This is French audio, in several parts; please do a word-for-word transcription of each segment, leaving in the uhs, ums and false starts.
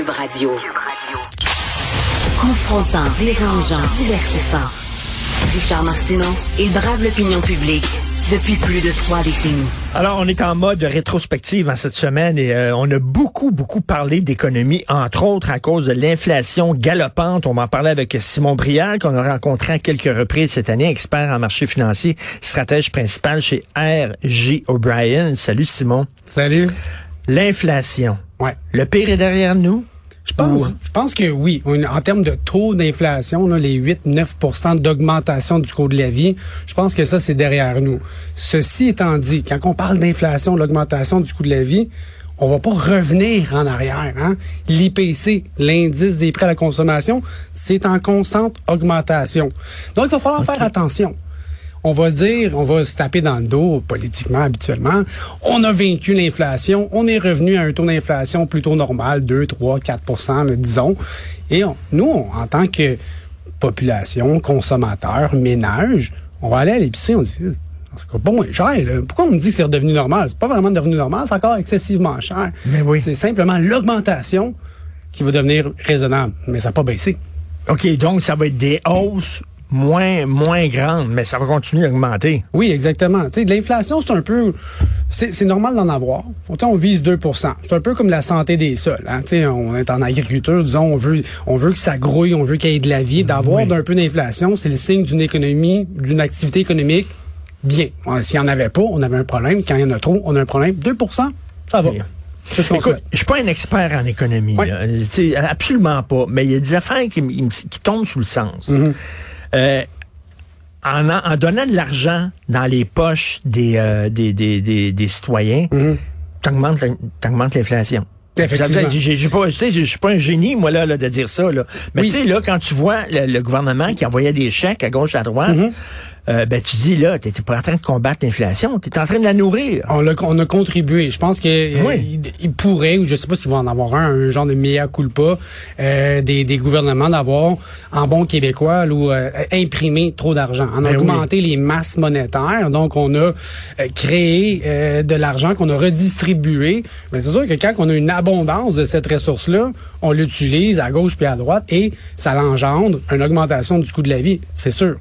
Cube Radio. Confrontant, dérangeant, divertissant. Richard Martineau, il brave l'opinion publique depuis plus de trois décennies. Alors, on est en mode rétrospective en cette semaine et euh, on a beaucoup, beaucoup parlé d'économie, entre autres à cause de l'inflation galopante. On va en parler avec Simon Brière, qu'on a rencontré à quelques reprises cette année, expert en marché financier, stratège principal chez R J O'Brien. Salut Simon. Salut. L'inflation. Ouais. Le pire est derrière nous? Je pense, Ou... je pense que oui. En termes de taux d'inflation, là, les huit à neuf pour cent d'augmentation du coût de la vie, je pense que ça, c'est derrière nous. Ceci étant dit, quand on parle d'inflation, de l'augmentation du coût de la vie, on va pas revenir en arrière. Hein? L'I P C, l'indice des prix à la consommation, c'est en constante augmentation. Donc, il va falloir okay. faire attention. On va dire, on va se taper dans le dos politiquement habituellement. On a vaincu l'inflation. On est revenu à un taux d'inflation plutôt normal, deux, trois, quatre pour cent, là, disons. Et on, nous, on, en tant que population, consommateur, ménage, on va aller à l'épicerie, on dit, c'est pas moins cher. Là. Pourquoi on me dit que c'est redevenu normal? C'est pas vraiment devenu normal, c'est encore excessivement cher. Mais oui. C'est simplement l'augmentation qui va devenir raisonnable. Mais ça n'a pas baissé. OK, donc ça va être des hausses moins moins grande, mais ça va continuer à augmenter. Oui, exactement. Tu sais, de l'inflation, c'est un peu... C'est, c'est normal d'en avoir. Tu sais, on vise deux pour cent. C'est un peu comme la santé des sols. Hein? Tu sais, on est en agriculture, disons, on veut on veut que ça grouille, on veut qu'il y ait de la vie. D'avoir oui. d'un peu d'inflation, c'est le signe d'une économie, d'une activité économique bien. S'il n'y en avait pas, on avait un problème. Quand il y en a trop, on a un problème. deux pour cent, ça va. Oui. Écoute, je suis pas un expert en économie. Oui. Là. Absolument pas. Mais il y a des affaires qui, qui tombent sous le sens. Mm-hmm. Euh, en, en donnant de l'argent dans les poches des, euh, des, des, des, des citoyens, mm-hmm. t'augmentes, t'augmentes l'inflation. Effectivement. Je ne suis pas un génie, moi, là, là de dire ça. Là. Mais oui. tu sais, là, quand tu vois le, le gouvernement qui envoyait des chèques à gauche, à droite, mm-hmm. euh, ben tu dis, là, tu n'es pas en train de combattre l'inflation, tu es en train de la nourrir. On a, on a contribué. Je pense qu'il oui. il pourrait, ou je sais pas s'il va en avoir un, un genre de mea culpa, euh, des, des gouvernements d'avoir, en bon québécois, là, euh, imprimé trop d'argent. On a ben augmenté oui. les masses monétaires. Donc, on a euh, créé euh, de l'argent qu'on a redistribué. Mais c'est sûr que quand on a une abondance de cette ressource-là, on l'utilise à gauche puis à droite et ça l'engendre une augmentation du coût de la vie, c'est sûr.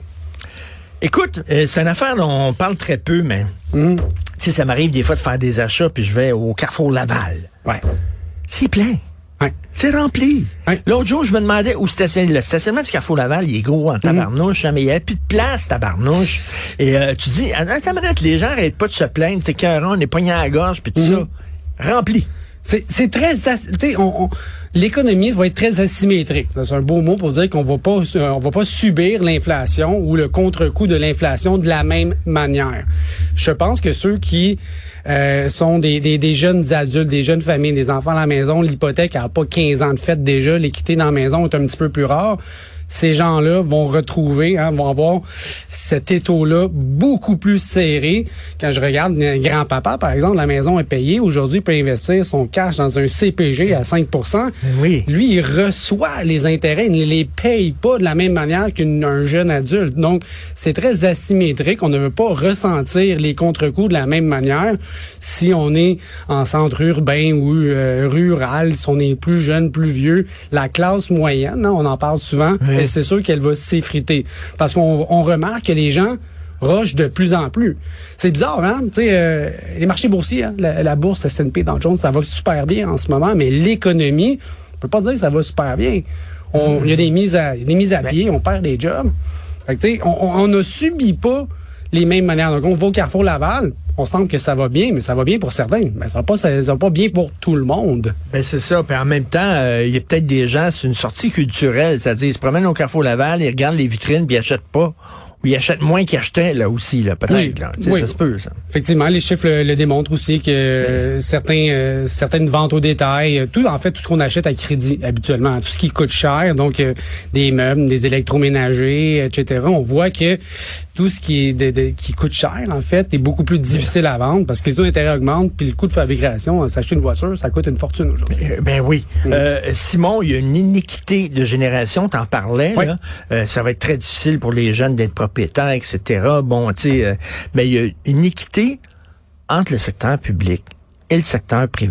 Écoute, euh, c'est une affaire dont on parle très peu, mais mm. tu sais, ça m'arrive des fois de faire des achats puis je vais au Carrefour Laval. Ouais. C'est plein. Ouais. C'est rempli. Ouais. L'autre jour, je me demandais où stationner. Le stationnement du Carrefour Laval, il est gros en tabarnouche, mm. hein, mais il n'y avait plus de place, tabarnouche. Et euh, tu dis, attends une minute, les gens n'arrêtent pas de se plaindre, t'es écœurant, on est pogné à la gorge, puis tout mm. ça. Rempli. C'est, c'est très, tu sais, on, on, l'économie va être très asymétrique. C'est un beau mot pour dire qu'on va pas, on va pas subir l'inflation ou le contre-coup de l'inflation de la même manière. Je pense que ceux qui euh, sont des, des, des jeunes adultes, des jeunes familles, des enfants à la maison, l'hypothèque n'a pas quinze ans de fête déjà, l'équité dans la maison est un petit peu plus rare. Ces gens-là vont retrouver, hein, vont avoir cet étau-là beaucoup plus serré. Quand je regarde un grand-papa, par exemple, la maison est payée. Aujourd'hui, il peut investir son cash dans un C P G à cinq pour cent. Oui. Lui, il reçoit les intérêts. Il ne les paye pas de la même manière qu'un jeune adulte. Donc, c'est très asymétrique. On ne veut pas ressentir les contre-coups de la même manière si on est en centre urbain ou euh, rural, si on est plus jeune, plus vieux. La classe moyenne, hein, on en parle souvent. Oui. Et c'est sûr qu'elle va s'effriter. Parce qu'on on remarque que les gens rushent de plus en plus. C'est bizarre, hein? Tu sais, euh, les marchés boursiers, hein? la, la bourse S and P Dow Jones, ça va super bien en ce moment, mais l'économie, on peut pas dire que ça va super bien. Il mmh. y a des mises à, des mises à pied, ben. on perd des jobs. Fait que, tu sais, on, on ne subit pas les mêmes manières. Donc, on va au Carrefour Laval, on semble que ça va bien, mais ça va bien pour certains. Mais ça va pas, ça, ça va pas bien pour tout le monde. Ben c'est ça. Puis en même temps, il euh, y a peut-être des gens, c'est une sortie culturelle, c'est-à-dire ils se promènent au Carrefour Laval, ils regardent les vitrines, puis ils achètent pas. Ou ils achètent moins qu'ils achetaient, là, aussi, là, peut-être. Oui, là. Oui. Ça se peut, ça. Effectivement, les chiffres le, le démontrent aussi que euh, certains, euh, certaines ventes au détail, tout, en fait, tout ce qu'on achète à crédit, habituellement, tout ce qui coûte cher, donc euh, des meubles, des électroménagers, et cetera, on voit que tout ce qui est de, de, qui coûte cher, en fait, est beaucoup plus difficile à vendre parce que les taux d'intérêt augmentent, puis le coût de fabrication, s'acheter une voiture, ça coûte une fortune aujourd'hui. Ben, ben oui. Mm. Euh, Simon, il y a une iniquité de génération, t'en parlais, oui. là. Euh, ça va être très difficile pour les jeunes d'être propriétaires, et cetera. Bon, tu sais, euh, mais il y a une équité entre le secteur public et le secteur privé.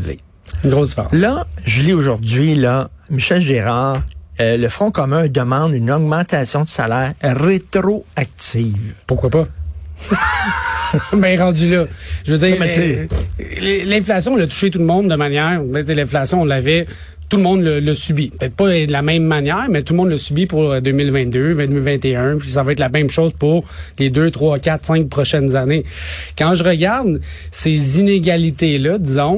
Une grosse différence. Là, je lis aujourd'hui, là, Michel Gérard, euh, le Front commun demande une augmentation de salaire rétroactive. Pourquoi pas? Ben, rendu là. Je veux dire, Non, mais euh, l'inflation, elle a touché tout le monde de manière... L'inflation, on l'avait... Tout le monde le, le subit. Peut-être pas de la même manière, mais tout le monde le subit pour deux mille vingt-deux, deux mille vingt et un, puis ça va être la même chose pour les deux, trois, quatre, cinq prochaines années. Quand je regarde ces inégalités-là, disons,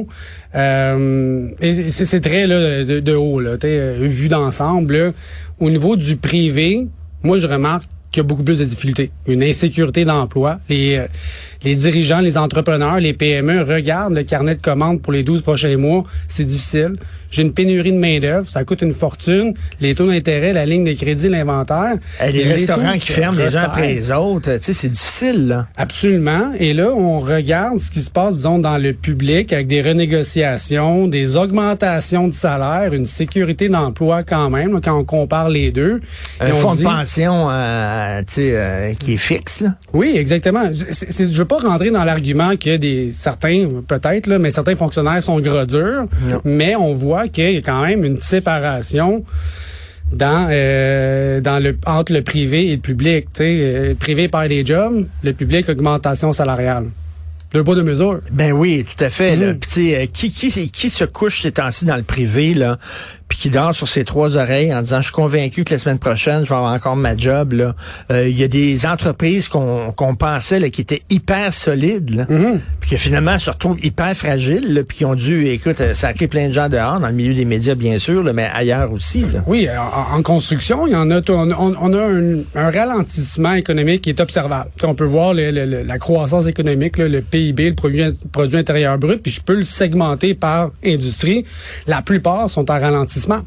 euh, et c'est, c'est très là, de, de haut, là, euh, vu d'ensemble, là, au niveau du privé, moi je remarque qu'il y a beaucoup plus de difficultés. Une insécurité d'emploi. Les, euh, les dirigeants, les entrepreneurs, les P M E regardent le carnet de commandes pour les douze prochains mois. C'est difficile. J'ai une pénurie de main-d'œuvre. Ça coûte une fortune. Les taux d'intérêt, la ligne de crédit, l'inventaire. Les, les restaurants qui ferment les uns resserrent. après les autres. Tu sais, c'est difficile, là. Absolument. Et là, on regarde ce qui se passe, disons, dans le public avec des renégociations, des augmentations de salaire, une sécurité d'emploi quand même, là, quand on compare les deux. Un Et on fonds dit, de pension euh, tu sais, euh, qui est fixe, là. Oui, exactement. C'est, c'est, je veux pas rentrer dans l'argument que des certains, peut-être, là, mais certains fonctionnaires sont gras durs, Non. mais on voit qu'il y a quand même une séparation dans euh, dans le entre le privé et le public. Tu sais, euh, le privé perd des jobs, le public augmentation salariale. Deux pas de mesure. Ben oui, tout à fait. Là. Mm. Puis, tu sais, euh, qui, qui, qui se couche ces temps-ci dans le privé, là, puis qui dort sur ses trois oreilles en disant, je suis convaincu que la semaine prochaine, je vais avoir encore ma job. Là. Euh, il y a des entreprises qu'on qu'on pensait là, qui étaient hyper solides, là, Mm-hmm. puis que finalement se retrouvent hyper fragiles, là, puis qui ont dû, écoute, euh, sacrer plein de gens dehors, dans le milieu des médias, bien sûr, là, mais ailleurs aussi. Là. Oui, en, en construction, il y en a. On, on, on a un, un ralentissement économique qui est observable. T'sais, on peut voir le, le, le, la croissance économique, là, le P I B, le produit, produit intérieur brut, puis je peux le segmenter par industrie. La plupart sont en ralentissement.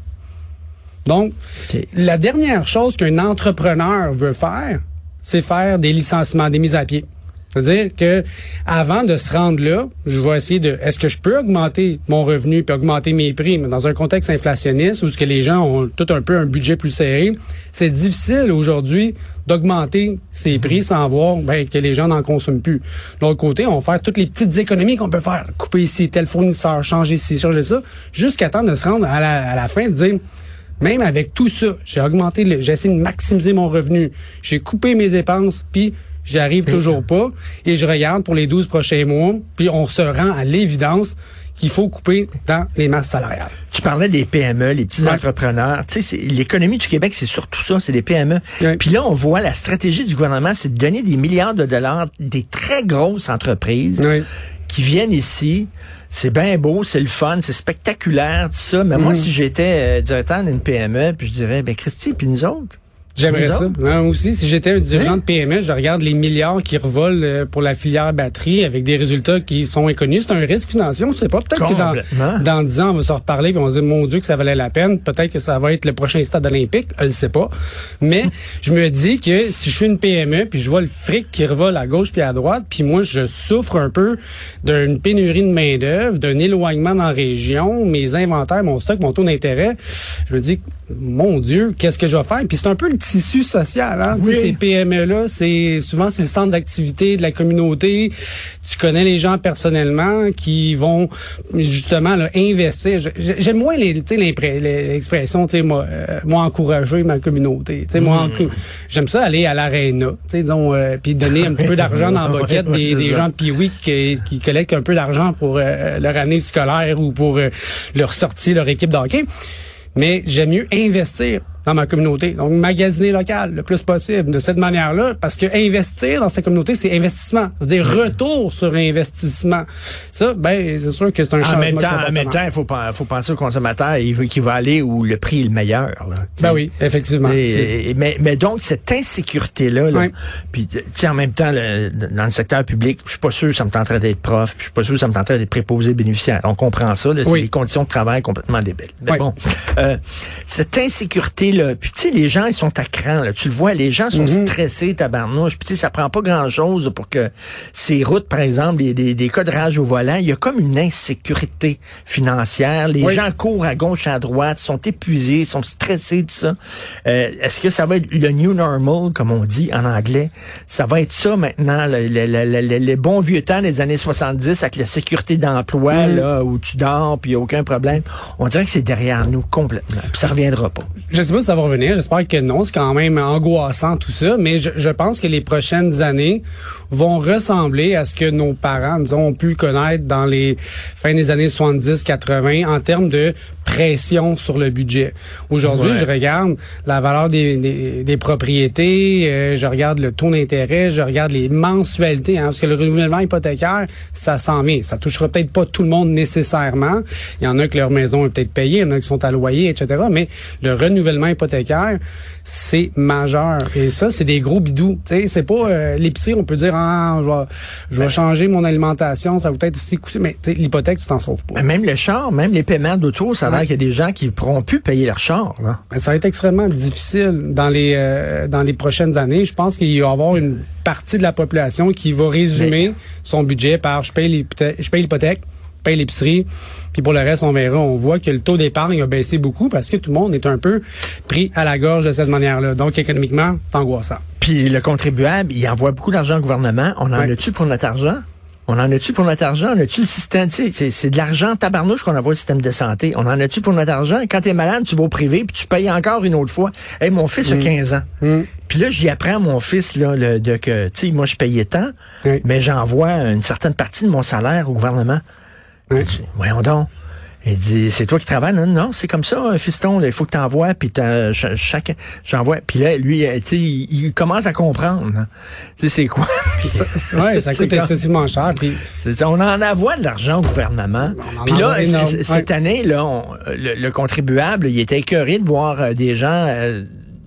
Donc, Okay. la dernière chose qu'un entrepreneur veut faire, c'est faire des licenciements, des mises à pied. C'est-à-dire que avant de se rendre là, je vais essayer de, est-ce que je peux augmenter mon revenu puis augmenter mes prix, mais dans un contexte inflationniste où ce que les gens ont tout un peu un budget plus serré, c'est difficile aujourd'hui d'augmenter ses prix sans voir ben, que les gens n'en consomment plus. De l'autre côté, on va faire toutes les petites économies qu'on peut faire, couper ici tel fournisseur, changer ici, changer ça, jusqu'à temps de se rendre à la, à la fin de dire, même avec tout ça, j'ai augmenté, le, j'ai essayé de maximiser mon revenu, j'ai coupé mes dépenses, puis j'arrive toujours pas et je regarde pour les douze prochains mois, puis on se rend à l'évidence qu'il faut couper dans les masses salariales. Tu parlais des P M E, les petits Ouais. entrepreneurs. Tu sais, c'est- l'économie du Québec, c'est surtout ça, c'est les P M E. Ouais. Puis là, on voit la stratégie du gouvernement, c'est de donner des milliards de dollars, des très grosses entreprises Oui. qui viennent ici. C'est bien beau, c'est le fun, c'est spectaculaire, tout ça. Mais moi, Mhm. si j'étais euh, directeur d'une P M E, puis je dirais, ben Christy, puis nous autres. J'aimerais Nous ça. autres? Moi aussi, si j'étais un dirigeant Hein? de P M E, je regarde les milliards qui revolent euh, pour la filière batterie avec des résultats qui sont inconnus. C'est un risque financier, on ne sait pas. Peut-être que Complètement. dans, dans dix ans, on va se reparler et on va se dire, mon Dieu, que ça valait la peine. Peut-être que ça va être le prochain stade olympique. Je ne sais pas. Mais je me dis que si je suis une P M E puis je vois le fric qui revole à gauche puis à droite, puis moi, je souffre un peu d'une pénurie de main-d'œuvre, d'un éloignement dans la région, mes inventaires, mon stock, mon taux d'intérêt, je me dis, mon Dieu, qu'est-ce que je vais faire? Puis c'est un peu le tissu social, hein? Oui. Tu sais, ces P M E-là, c'est souvent c'est le centre d'activité de la communauté. Tu connais les gens personnellement qui vont justement là, investir. J'ai- J'aime moins les, tu sais, l'impré- l'expression, tu sais, moi, euh, moi encourager ma communauté. Tu sais, moi, Mm. enco- j'aime ça aller à l'aréna, tu sais, disons, euh, puis donner un petit peu d'argent dans la boquette Ouais, ouais, des, c'est des ça. gens de Pee-Wee qui, qui collectent un peu d'argent pour euh, leur année scolaire ou pour euh, leur sortie, leur équipe de hockey. Mais j'aime mieux investir dans ma communauté. Donc, magasiner local le plus possible de cette manière-là, parce que investir dans sa communauté, c'est investissement. C'est-à-dire retour sur investissement. Ça, ben, c'est sûr que c'est un En changement même de temps, en comportement. même temps, il faut, pen- faut penser au consommateur, il veut qu'il va aller où le prix est le meilleur. Là, tu sais. Ben oui, effectivement. C'est- Et- et- mais, mais donc, cette insécurité-là, là, Ouais. puis tu sais, en même temps, le- dans le secteur public, je suis pas sûr que ça me tenterait d'être prof, puis je suis pas sûr que ça me tenterait d'être préposé bénéficiaire. On comprend ça, là, c'est Oui. des conditions de travail complètement débiles. Mais Ouais. bon, euh, cette insécurité été, là, puis tu sais, les gens, ils sont à cran, là, tu le vois, les gens sont mm-hmm. stressés, tabarnouche, puis tu sais, ça prend pas grand-chose pour que ces routes, par exemple, des, des, des cas de rage au volant, il y a comme une insécurité financière, les oui. gens courent à gauche, à droite, sont épuisés, sont stressés de ça. Euh, est-ce que ça va être le new normal, comme on dit en anglais? Ça va être ça maintenant, le, le, le, le, le bon vieux temps des années soixante-dix avec la sécurité d'emploi, mm. là, où tu dors, puis il n'y a aucun problème. On dirait que c'est derrière nous complètement, puis ça reviendra pas. Je sais pas si ça va revenir, j'espère que non, c'est quand même angoissant tout ça, mais je, je pense que les prochaines années vont ressembler à ce que nos parents, nous ont pu connaître dans les fins des années soixante-dix quatre-vingt en termes de pression sur le budget. Aujourd'hui, ouais. je regarde la valeur des, des, des propriétés, euh, je regarde le taux d'intérêt, je regarde les mensualités, hein, parce que le renouvellement hypothécaire, ça s'en vient. Ça touchera peut-être pas tout le monde nécessairement. Il y en a que leur maison est peut-être payée, il y en a qui sont à loyer, et cetera. Mais le renouvellement hypothécaire, c'est majeur. Et ça, c'est des gros bidous. Tu sais, c'est pas euh, l'épicerie, on peut dire, ah, je vais, je vais ben, changer mon alimentation, ça va peut-être aussi coûter. Mais l'hypothèque, tu t'en sauves pas. Même le char, même les paiements d'auto, ça a l'air qu'il y a des gens qui ne pourront plus payer leur char. Là. Ben, ça va être extrêmement difficile dans les euh, dans les prochaines années. Je pense qu'il va y avoir une partie de la population qui va résumer mais, son budget par je paye l'hypothèque, je paye l'hypothèque, paye l'épicerie, puis pour le reste, on verra. On voit que le taux d'épargne a baissé beaucoup parce que tout le monde est un peu pris à la gorge de cette manière-là. Donc, économiquement, c'est angoissant. Puis le contribuable, il envoie beaucoup d'argent au gouvernement. On en ouais. a-tu pour notre argent? On en a-tu pour notre argent? On a-tu le système? Tu sais, c'est de l'argent tabarnouche qu'on envoie au système de santé. On en a-tu pour notre argent? Quand t'es malade, tu vas au privé puis tu payes encore une autre fois. Hey, mon fils mmh. a quinze ans. Mmh. Puis là, j'y apprends à mon fils là, le, de que, tu sais, moi, je payais tant, mmh. mais j'envoie une certaine partie de mon salaire au gouvernement. Mmh. Dis, voyons donc. Il dit, c'est toi qui travailles? Non, non, c'est comme ça, fiston, il faut que tu envoies, puis chaque, j'envoie. Puis là, lui, tu sais, il, il commence à comprendre. Tu sais, c'est quoi? Oui, ça coûte excessivement cher. Puis on en envoie de l'argent au gouvernement. Puis là, c- cette ouais. année, là, on, le, le contribuable, il était écœuré de voir euh, des gens... Euh,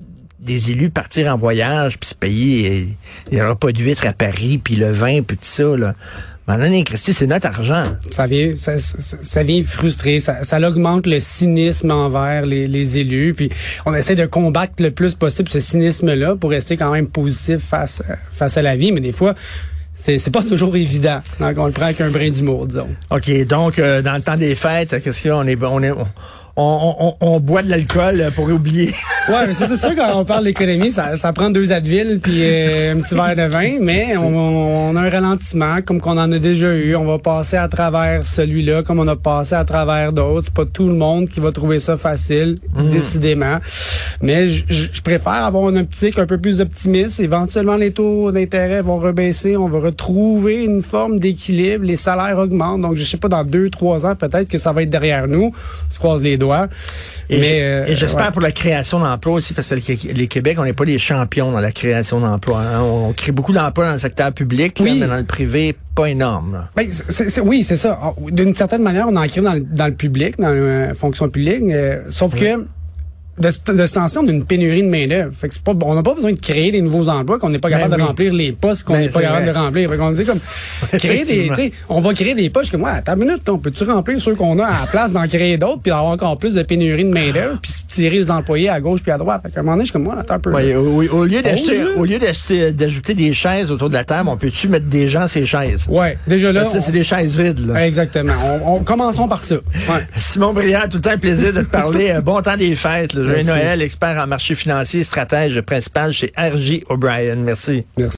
des élus partir en voyage, puis se payer les repas d'huîtres à Paris, puis le vin, puis tout ça, là. Maintenant, Christy, c'est notre argent. Ça vient, ça, ça, ça vient frustrer, ça, ça augmente le cynisme envers les, les élus, puis on essaie de combattre le plus possible ce cynisme-là pour rester quand même positif face, face à la vie, mais des fois, c'est, c'est pas toujours évident. Donc, on le prend avec un brin d'humour, disons. OK, donc, euh, dans le temps des fêtes, qu'est-ce qu'il y a? On est, on est, on, On, on, on boit de l'alcool pour oublier. Ouais, mais c'est, c'est sûr quand on parle d'économie, ça, ça prend deux Advil puis euh, un petit verre de vin, mais on, on a un ralentissement comme qu'on en a déjà eu. On va passer à travers celui-là comme on a passé à travers d'autres. C'est pas tout le monde qui va trouver ça facile, mmh. décidément. Mais je préfère avoir une optique un peu plus optimiste. Éventuellement, les taux d'intérêt vont rebaisser. On va retrouver une forme d'équilibre. Les salaires augmentent. Donc, je sais pas, dans deux, trois ans, peut-être que ça va être derrière nous. On se croise les doigts. Et, mais, euh, et j'espère ouais. pour la création d'emplois aussi, parce que le, les Québec, on n'est pas des champions dans la création d'emplois. Hein. On, on crée beaucoup d'emplois dans le secteur public, oui. là, mais dans le privé, pas énorme. Ben, c'est, c'est, oui, c'est ça. D'une certaine manière, on en crée dans, dans le public, dans la euh, fonction publique, euh, sauf oui. que de, de cette tension d'une pénurie de main-d'œuvre. Fait que c'est pas, on n'a pas besoin de créer des nouveaux emplois qu'on n'est pas capable ben, de oui. remplir les postes qu'on n'est ben, pas capable vrai. de remplir. Fait qu'on dit comme créer des, tu sais, on va créer des postes comme moi. Attends une minute, on peut-tu remplir ceux qu'on a à la place d'en créer d'autres puis avoir encore plus de pénurie de main-d'œuvre puis tirer les employés à gauche puis à droite. Fait qu'à un moment donné, je suis comme moi, attends un peu. Ouais, au, au lieu d'acheter, oh, au lieu d'acheter, d'ajouter des chaises autour de la table, on peut-tu mettre des gens sur ces chaises? Ouais, déjà là. Ça, on... c'est des chaises vides, là. Exactement. On, on commençons par ça. Ouais. Simon Briand, tout le temps un plaisir de te parler. Bon temps des fêtes. Joyeux Noël, expert en marché financier, stratège principal chez R J O'Brien. Merci. Merci.